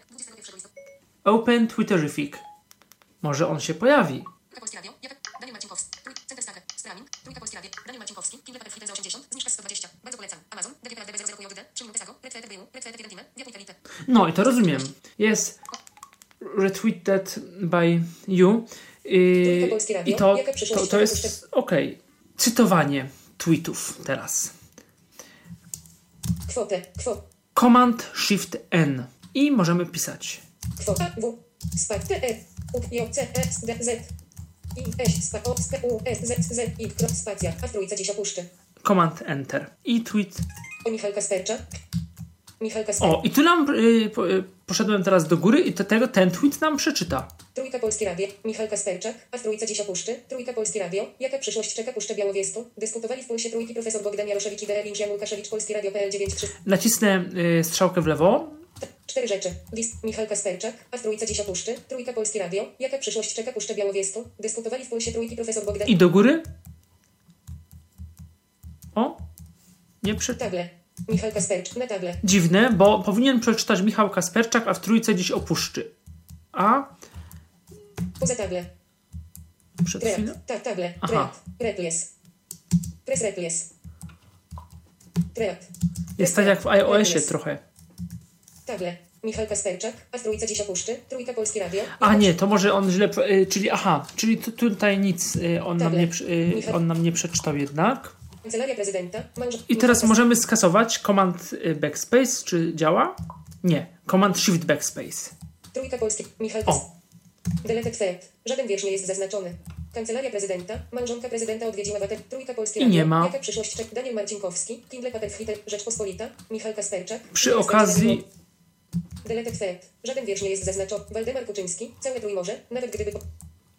Open Twitterific. Może on się pojawi. Trójka Polskie Radio. Daniel Marcinkowski. Center Stacker. Straning. Trójka Polskie Radio. Daniel Marcinkowski. Kindle Paperwhite za osiemdziesiąt. Zniżka z sto dwadzieścia. Bardzo polecam. Amazon. D G P F D B zero zero Q J D. trzy minuty Sago. Redfert B U. Redfert Wirendime. Diapunte Lite. No i to rozumiem. Jest retweeted by you. Yy, I to, to, to jest okej. Cytowanie tweetów teraz. Kwotę. Kwotę. Command Shift N. I możemy pisać. Kwota W. Spak T E. U J C E S D Z. I S Spa O S P U S Z Z I krop spacja. A w trójce dziś opuszczę. Command Enter. I tweet. O Michał Kasperczak. Michał Kasperczak. O, i tu nam yy, po, yy, poszedłem teraz do góry i to, tego, ten tweet nam przeczyta. Trójka Polskie Radio. Michał Kasperczak. A w trójce dziś opuszczę. Trójka Polskie Radio. Jaka przyszłość czeka Puszczę Białowiestu? Dyskutowali w Pulsie Trójki profesor Bogdan Jaroszewicz i Derelinż Jan Łukaszewicz. Polskie Radio P L dziewięć trzy. Nacisnę yy, strzałkę w lewo. Cztery rzeczy. List. Michał Kasperczak. A w trójce dziś opuszczę. Trójka Polskie Radio. Jaka przyszłość czeka Puszczę Białowiestu? Dyskutowali w Pulsie Trójki profesor Bogdan. I do góry. O, nie przeczytałem. Table. Michał Kaspercz. Na table. Dziwne, bo powinien przeczytać Michał Kasperczak, a w trójce dziś opuszczy. A Poza table. przed Treat. chwilą... Tak, table. Aha. Treat. Replies. Press replies. Treat. Jest tak jak w iOSie trochę. Table. Michał Kasperczak, a w trójce dziś opuszczy. Trójka Polskie Radio. A nie, to może on źle... Y, czyli aha, czyli tu, tutaj nic y, on, nam Table. nie, przy- y, on nam nie przeczytał jednak. Kancelaria Prezydenta. Małż... I teraz Michał możemy skasować Command y, Backspace, czy działa? Nie. Command Shift Backspace. Kas- Trójka Polskie. Michał Kas... O, Deleted Fed. Żaden wiersz nie jest zaznaczony. Kancelaria Prezydenta. Małżonka Prezydenta odwiedziła Watę. Trójka Polskie I Radio. nie ma. Jaka przyszłość czeka? Daniel Marcinkowski. Kindle Patent Hitter. Rzeczpospolita. Michał Kasperczak. przy Miasto okazji... Czarnego- Deleted Fed. Żaden wiersz nie jest zaznaczony. Waldemar Kuczyński. Całe Trójmorze. Nawet gdyby... Po...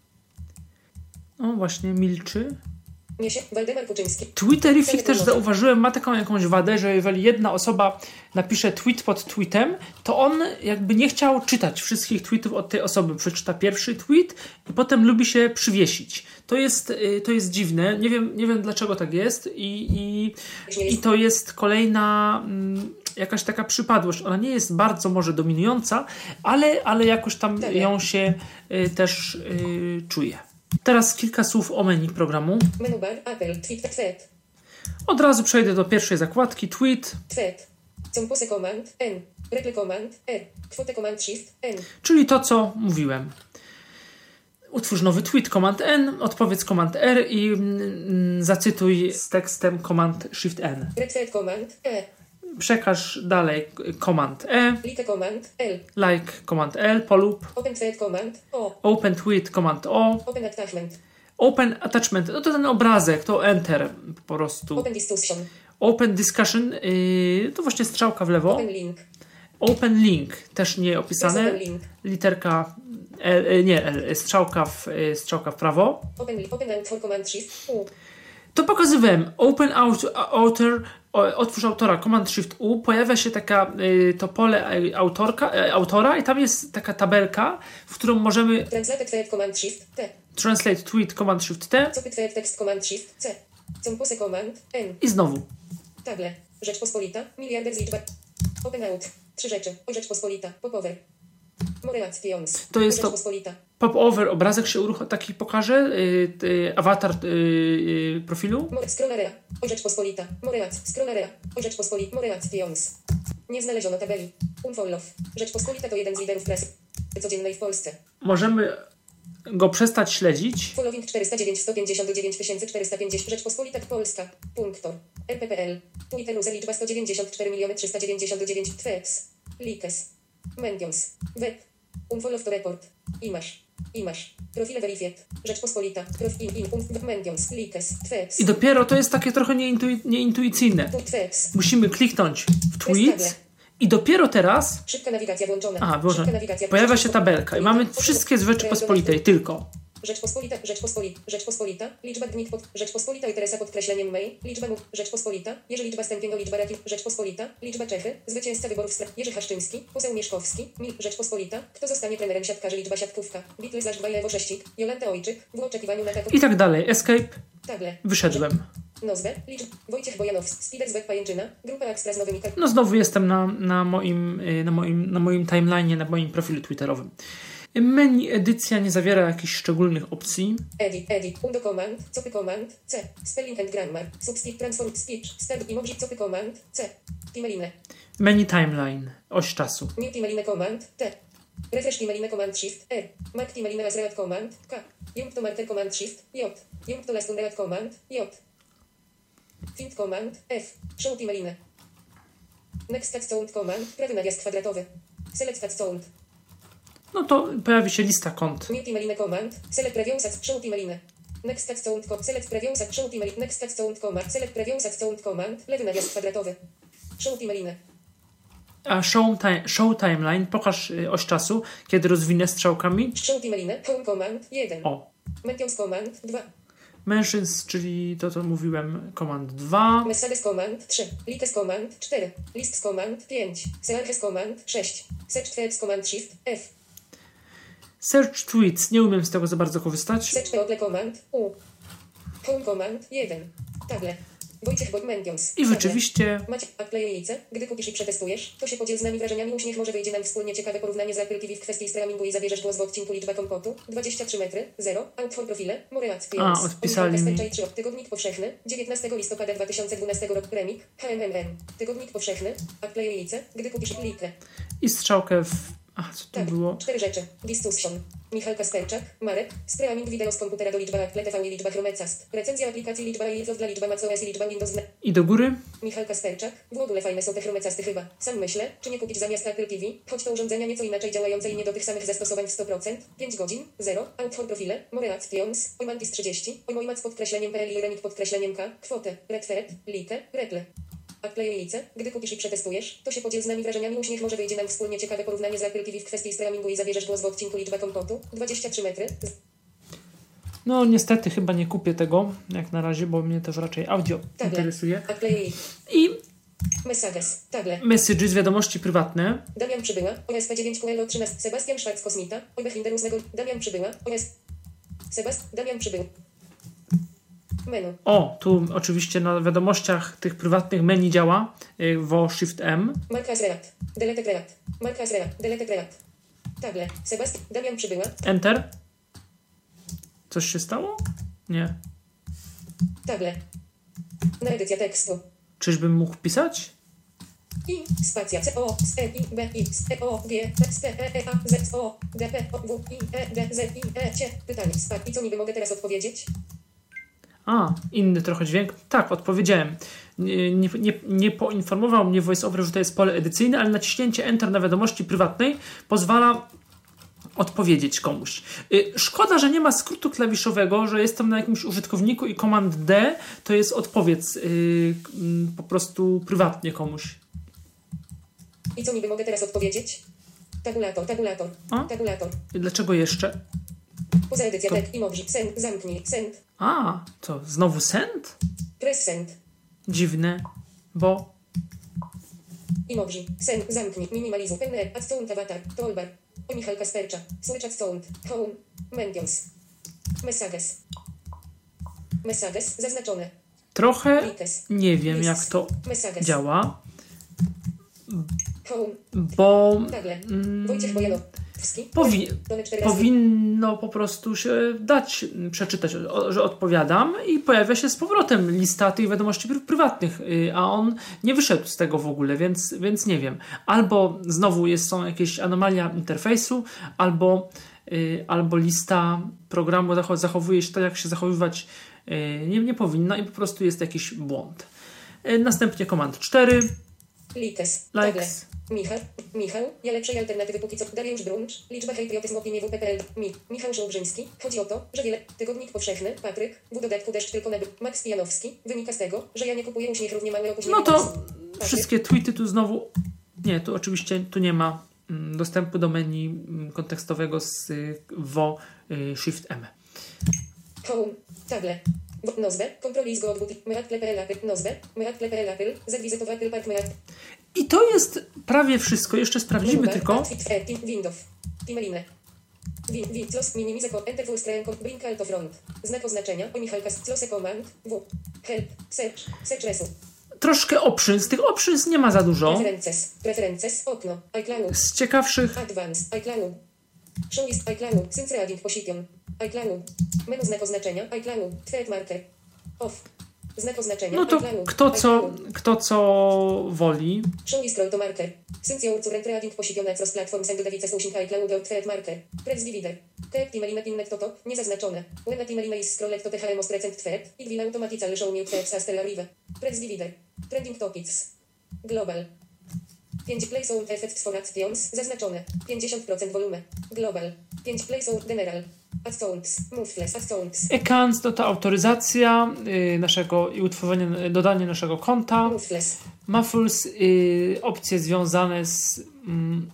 O, właśnie milczy. Niesie. Waldemar Kuczyński. Twitterific też zauważyłem, ma taką jakąś wadę, że jeżeli jedna osoba napisze tweet pod tweetem, to on jakby nie chciał czytać wszystkich tweetów od tej osoby. Przeczyta pierwszy tweet i potem lubi się przywiesić. To jest, y, to jest dziwne. Nie wiem, nie wiem dlaczego tak jest i, i, i to jest kolejna mm, jakaś taka przypadłość. Ona nie jest bardzo może dominująca, ale, ale jakoś tam Tak. ją się y, też y, czuje. Teraz kilka słów o menu programu. Menu bar. Apple. Tweet. Fed. Od razu przejdę do pierwszej zakładki. Tweet, Fed. Compose Command. N. Reple Command. R. Kwotę Command Shift. N. czyli to, co mówiłem. Utwórz nowy tweet, Command N, odpowiedz Command R i mm, zacytuj z tekstem Command Shift N. Reset Command. E. Przekaż dalej Command E, Like Command. L. like Command L, polub, Open Thread Command. O. open tweet Command O, Open Attachment. open attachment, no to ten obrazek, to Enter po prostu. Open Discussion. Open discussion, yy, to właśnie strzałka w lewo. Open Link. Open link, też nie Press opisane. Open Link. Literka L, e, nie L, strzałka w, e, strzałka w prawo. Open, open Out for Command Shift. U. To pokazywałem. Open out, author, o, otwórz autora, Command Shift U. Pojawia się taka, y, to pole y, autorka, y, autora i tam jest taka tabelka, w którą możemy Translate Thread Command Shift. T. translate tweet, Command Shift T Copy Thread Text Command Shift. C. Compose Command. N. i znowu. Table. Rzeczpospolita. Miliarder z liczba. Open Out. Trzy rzeczy. O Rzeczpospolita. Popover. More actions. To jest o to- Rzeczpospolita. Pop-over, obrazek się uruch- taki pokaże, y, y, awatar y, y, profilu. More Scrollarea. O Rzeczpospolita. More ac. Scrollarea. O Rzeczpospolita. More actions. Nie znaleziono tabeli. Unfollow. Rzeczpospolita to jeden z liderów prasy codziennej w Polsce. Możemy go przestać śledzić. Following czterysta dziewięć sto pięćdziesiąt dziewięć tysięcy czterysta pięćdziesiąt. Rzeczpospolita Polska. Punktor. R P P L. Twitter user liczba sto dziewięćdziesiąt cztery miliony trzysta dziewięćdziesiąt dziewięć. Tweets. Likes. Mentions. Web. Unfollow to report. Imasz. Imasz. Profile verified. Rzeczpospolita. Prof in in um, Mentions. Likes. Tweets. I dopiero to jest takie trochę nieintu- nieintuicyjne. Tu Tweets. Musimy kliknąć w tweet i dopiero teraz Szybka nawigacja włączona. a, Szybka wyłączone. nawigacja. Pojawia się tabelka i mamy wszystkie z Rzeczypospolitej tylko. Rzeczpospolita, Rzeczpospolita, Rzeczpospolita, liczba dni pod, Rzeczpospolita i Teresa podkreśleniem mail, liczba mów, Rzeczpospolita, Jerzy liczba stępiego, liczba rakiet, Rzeczpospolita, liczba Czechy, zwycięzca wyborów strat, Jerzy Haszczyński, poseł Mieszkowski, Mil, Rzeczpospolita, kto zostanie trenerem siatkarzy, liczba siatkówka, Bitły zaś dwa Lewo Sześcik, Jolanta Ojczyk, w oczekiwaniu na taką I tak dalej. Escape. table. Wyszedłem. Nozwę, liczb, Wojciech Bojanowski, Spider z Web Pajęczyna, Grupa Akstra z nowymi kar- No znowu jestem na, na, moim, y, na, moim, na moim timeline'ie, na moim profilu twitterowym. Menu edycja nie zawiera jakichś szczególnych opcji. Edit, edit, undo command, copy command, C, spelling and grammar, substitute, transform, speech, start, emoji, copy command, C, timeline. Menu timeline. Oś czasu. New timeline command, T. Refresh timeline command shift, R. Mark timeline as read command, K. Jump to marker command shift, J. Jump to last read command, J. Find command, F. Show timeline. Next stat sound command, prawy nawias kwadratowy. Select stat sound. No to pojawi się lista kont. New timeline command, select preview sat, show timeline. Next stat sound command, select preview sat, show timeline. Next stat sound command, select preview sat sound command, lewy nawias kwadratowy. Show timeline. A show, time, show timeline, pokaż y, oś czasu, kiedy rozwinę strzałkami. Show timeline, home command, jeden. O. Mentions command, dwa. Mentions, czyli to, co mówiłem, command dwa. Messages command trzy, Lites command cztery, Lists command pięć, Searches command sześć, Search threads command shift F, Search tweets, nie umiem z tego za bardzo korzystać. Search people command U, Home command jeden, Table, Wojciech Mendions. I rzeczywiście... Macie Applejice. Gdy kupisz i przetestujesz, to się podziel z nami wrażeniami. Uśmiech, może wyjdzie nam wspólnie ciekawe porównanie z Apple T V w kwestii streamingu i zabierzesz głos w odcinku. Liczba kompotu dwadzieścia trzy metry, zero, outfor profile, Moreat A, odpisali mi. Tygodnik powszechny, dziewiętnastego listopada dwa tysiące dwunastego roku, Remik, H M M N. Tygodnik powszechny, Applejice. Gdy kupisz litrę. I strzałkę w... A, co to tak, było? Cztery rzeczy. Discussion. Michał Kasperczak, Marek. Streaming wideo z komputera do liczba Apple T V i liczba Chromecast. Recenzja aplikacji liczba i dla liczba macOS i liczba Windows. I do góry? Michał Kasperczak. W ogóle fajne są te Chromecasty chyba. Sam myślę, czy nie kupić zamiast Apple T V, choć to urządzenia nieco inaczej działające i nie do tych samych zastosowań w sto procent. pięć godzin, zero, outfor profile, Moreat Tions, Oimantis trzydzieści, Oimoimac z podkreśleniem P L i Remit podkreśleniem K, kwotę, Redfert, Lite, Reple. Applejice. Gdy kupisz i przetestujesz, to się podziel z nami wrażeniami. Uśmiech, może wyjdzie nam wspólnie ciekawe porównanie z Apple T V w kwestii streamingu i zabierzesz głos w odcinku. Liczba kompotu dwadzieścia trzy metry. No niestety chyba nie kupię tego jak na razie, bo mnie też raczej audio Table. interesuje. Applejice. I Messages. Table. messages, wiadomości prywatne. Damian Przybyła. O S P dziewięć Q L O trzynaście. Sebastian Schwarz Kosmita. Oibech Inderusnego. Damian Przybyła. O S. Sebast. Damian Przybył. Menu. O, tu oczywiście na wiadomościach tych prywatnych menu działa yy, wo Shift M. Markas Reat. Delete Reat. Markas Reat. Delete Reat. Table. Sebastian. Damian Przybyła. Enter. Coś się stało? Nie. Table. Na edycja tekstu. Czyżbym mógł pisać? I spacja C O S E I B I S E O G S T E E A Z O D P O W I E D Z I E C. Pytanie. Spak. I co niby mogę teraz odpowiedzieć? A, inny trochę dźwięk. Tak, odpowiedziałem. Nie, nie, nie, nie poinformował mnie VoiceOver, że to jest pole edycyjne, ale naciśnięcie Enter na wiadomości prywatnej pozwala odpowiedzieć komuś. Yy, szkoda, że nie ma skrótu klawiszowego, że jest tam na jakimś użytkowniku i Command D to jest odpowiedz yy, yy, po prostu prywatnie komuś. I co niby mogę teraz odpowiedzieć? Tabulator, tabulator, A? tabulator. I dlaczego jeszcze? Poza edycja To- tek i mowzi. Send, zamknij, send, A, to znowu send? press send. Dziwne, bo I mowzi. Send, zamknij, minimalizuj. Penne, adstount avatar, toolbar. O Michał Kaspercza. Switch adstount, home, mentions. Messages. Messages, zaznaczone. trochę Lites. nie wiem jak to Messages. działa, Home, bo table. mm, Wojciech Bojanowski. Powi- Dole cztery razy. powinno po prostu się dać przeczytać, o, że odpowiadam i pojawia się z powrotem lista tych wiadomości pr- prywatnych, y, a on nie wyszedł z tego w ogóle, więc, więc nie wiem. Albo znowu jest, są jakieś anomalia interfejsu, albo, y, albo lista programu zachow- zachowuje się tak, jak się zachowywać y, nie, nie powinna i po prostu jest jakiś błąd. Y, następnie komand cztery, Lites. likes. Table. Michał, Michał, ja lepszej alternatywy póki co. Dariusz Bruncz, liczba hejtriotyzm opinie W P P L. Mi, Michał Żołbrzyński. Chodzi o to, że wiele. Tygodnik powszechny. Patryk. W dodatku deszcz tylko na. Max Pijanowski. Wynika z tego, że ja nie kupuję. Uśmiech równie mały opóźnienie. No to czasu. Patryk. wszystkie tweety tu znowu... Nie, tu oczywiście tu nie ma mm, dostępu do menu mm, kontekstowego z y, wo y, Shift M. Home. Table. Bo- Nozbe. Kontroli z go odbuty. Meat.pl Apple. Nozbe. Meat.pl Apple. Zwizytowa Apple Park Meat. I to jest prawie wszystko. Jeszcze sprawdzimy Menu bar, tylko. outfit, e, team, Windows. Timeline. Win, win, close, minimize, co, enter full screen, bring alt to front. Znak oznaczenia, o Michał Kas, close command, w, help, search, search resu. Troszkę options. Tych options nie ma za dużo. Preferences, preferences, okno, iCloud, Z ciekawszych... advanced, iCloud. Show list iCloud, sync reading position, iCloud. Menu znak oznaczenia, iCloud, thread marker, off. Znak oznaczenia, No to iCloud, kto co, iCloud. kto co woli. Show list roll to marker. Sync your current reading position across platforms and devices using iCloud or thread marker. Press divider. Type timeline innet to top, niezaznaczone. When a timeline is scrolled to the H most recent thread, it will automatically show new threads as they arrive. Press divider. Trending topics. Global. pięć play sound effects for actions, zaznaczone. pięćdziesiąt procent volume. Global. pięć play sound general. Accounts. Moveless. Accounts. Accounts to ta autoryzacja y, naszego i utworzenie, dodanie naszego konta. Moveless. Muffles, y, opcje związane z mm,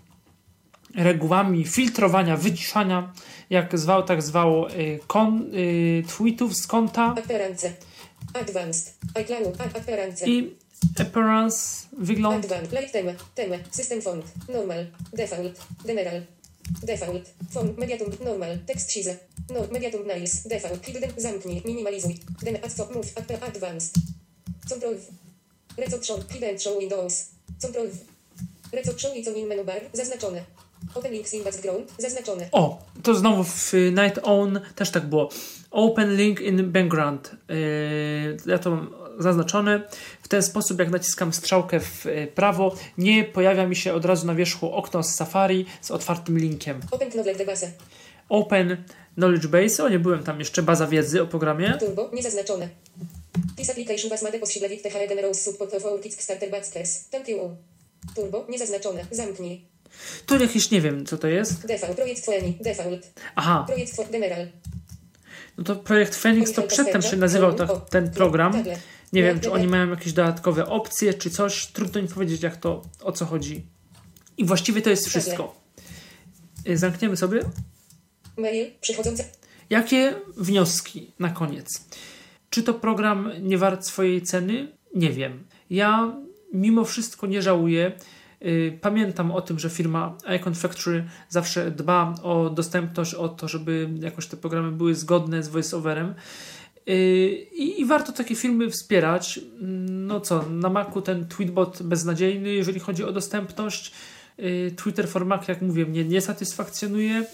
regułami filtrowania, wyciszania, jak zwał, tak zwał, y, kon, y, tweetów z konta Appearance. Advanced. iCloud. Ad- Appearance. i appearance, wygląd. Advanced. Light theme. Theme. System font. Normal. Default. General. Default. Font. Mediatum. Normal. Text size. No. Mediatum nice. Default. Hidden. Zamknij. Minimalizuj. Den. Add stop. Move. Ad- Advanced. Control V. Record Show. Hidden Show Windows. Control V. Record Show i in menu bar. Zaznaczone. Open links in background. Zaznaczone. O, to znowu w Night On też tak było. Open link in background. Yy, ja to mam zaznaczone. W ten sposób, jak naciskam strzałkę w prawo, nie pojawia mi się od razu na wierzchu okno z Safari z otwartym linkiem. Open Knowledge Base. Open Knowledge Base. O, nie byłem tam jeszcze. Baza wiedzy o programie. Turbo. Niezaznaczone. This application was made possible with the high generous support of our Kickstarter backers. Thank you. Turbo. Niezaznaczone. Zamknij. Tu jakieś nie wiem, co to jest. Default. Projekt Feni. Default. Aha. Projekt for General. No to projekt Phoenix to przedtem się nazywał to, ten program. Nie wiem, czy oni mają jakieś dodatkowe opcje, czy coś. Trudno mi powiedzieć, jak to, o co chodzi. I właściwie to jest wszystko. Zamkniemy sobie. Mail przychodzące. Jakie wnioski na koniec? Czy to program nie wart swojej ceny? Nie wiem. Ja mimo wszystko nie żałuję. Pamiętam o tym, że firma Icon Factory zawsze dba o dostępność, o to, żeby jakoś te programy były zgodne z voiceoverem. I, I warto takie firmy wspierać. No co, na Macu ten Tweetbot beznadziejny, jeżeli chodzi o dostępność. Twitter for Mac, jak mówię, mnie nie satysfakcjonuje.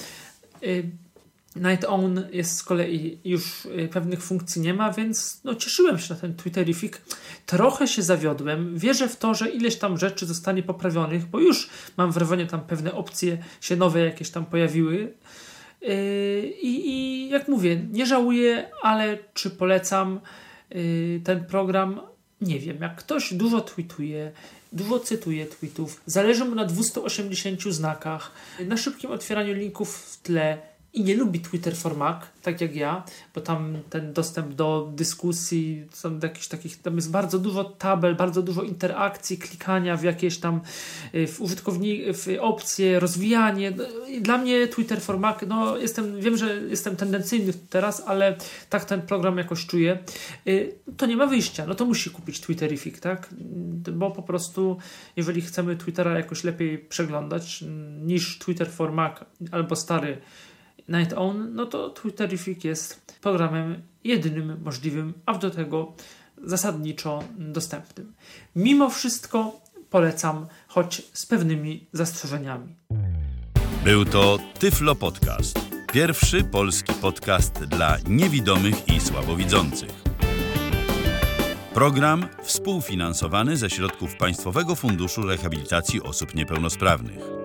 Night On jest z kolei już pewnych funkcji nie ma, więc no, cieszyłem się na ten Twitterific. Trochę się zawiodłem. Wierzę w to, że ileś tam rzeczy zostanie poprawionych, bo już mam wrażenie, tam pewne opcje się nowe jakieś tam pojawiły. I, i jak mówię, nie żałuję, ale czy polecam ten program? Nie wiem. Jak ktoś dużo tweetuje, dużo cytuje tweetów, zależy mu na dwieście osiemdziesiąt znakach, na szybkim otwieraniu linków w tle i nie lubi Twitter for Mac, tak jak ja, bo tam ten dostęp do dyskusji, są jakichś takich, tam jest bardzo dużo tabel, bardzo dużo interakcji, klikania w jakieś tam w użytkownik, w opcje, rozwijanie. Dla mnie Twitter for Mac, no jestem, wiem, że jestem tendencyjny teraz, ale tak ten program jakoś czuję. To nie ma wyjścia, no to musi kupić Twitterific, tak? Bo po prostu, jeżeli chcemy Twittera jakoś lepiej przeglądać niż Twitter for Mac albo stary Night On, no to Twitterific jest programem jedynym możliwym, a do tego zasadniczo dostępnym. Mimo wszystko polecam, choć z pewnymi zastrzeżeniami. Był to Tyflo Podcast. Pierwszy polski podcast dla niewidomych i słabowidzących. Program współfinansowany ze środków Państwowego Funduszu Rehabilitacji Osób Niepełnosprawnych.